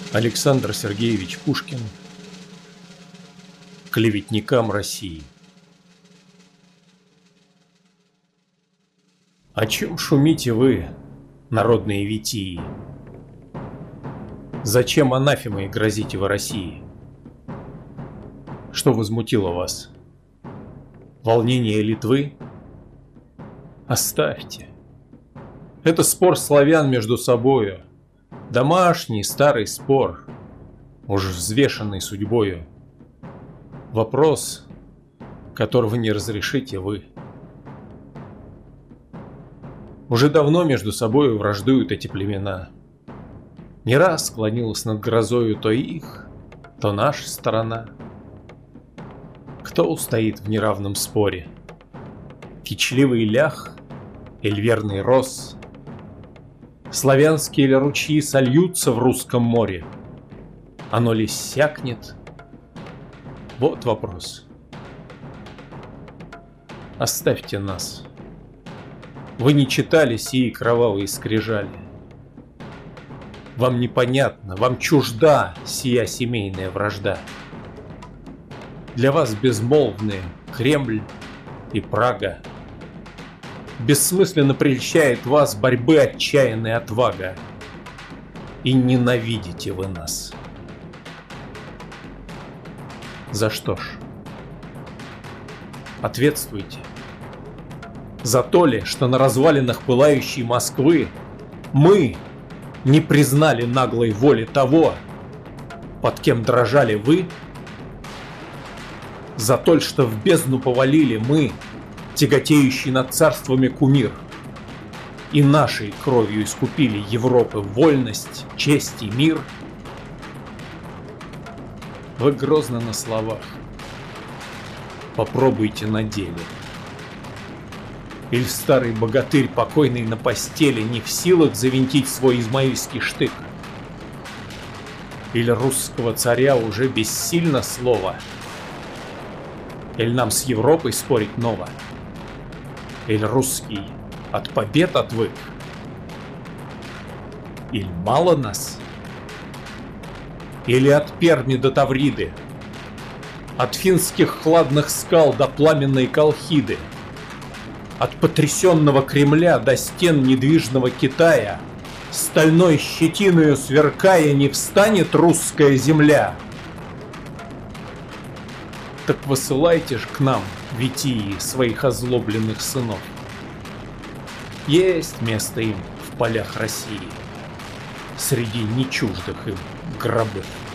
Александр Сергеевич Пушкин. Клеветникам России. О чем шумите вы, народные витии? Зачем анафемой грозите вы России? Что возмутило вас? Волнение Литвы? Оставьте. Это спор славян между собою. Домашний старый спор, уж взвешенный судьбою. Вопрос, которого не разрешите вы. Уже давно между собою враждуют эти племена. Не раз склонилась над грозою то их, то наша сторона. Кто устоит в неравном споре? Кичливый лях или верный рос? Славянские ли ручьи сольются в русском море? Оно ли иссякнет? Вот вопрос. Оставьте нас. Вы не читали сии кровавые скрижали. Вам непонятно, вам чужда сия семейная вражда. Для вас безмолвные Кремль и Прага. Бессмысленно прельщает вас борьбы отчаянная отвага. И ненавидите вы нас. За что ж? Ответствуйте. За то ли, что на развалинах пылающей Москвы мы не признали наглой воли того, под кем дрожали вы? За то, что в бездну повалили мы, тяготеющий над царствами кумир, и нашей кровью искупили Европы вольность, честь и мир? Вы грозно на словах, попробуйте на деле. Иль старый богатырь, покойный на постели, не в силах завинтить свой измаильский штык? Или русского царя уже бессильно слово? Или нам с Европой спорить ново? Или русский от побед отвык? Или мало нас? Или от Перми до Тавриды, от финских хладных скал до пламенной Колхиды, от потрясенного Кремля до стен недвижного Китая, стальной щетиною сверкая, не встанет русская земля? Так высылайте ж к нам, витии, своих озлобленных сынов. Есть место им в полях России, среди нечуждых им гробов.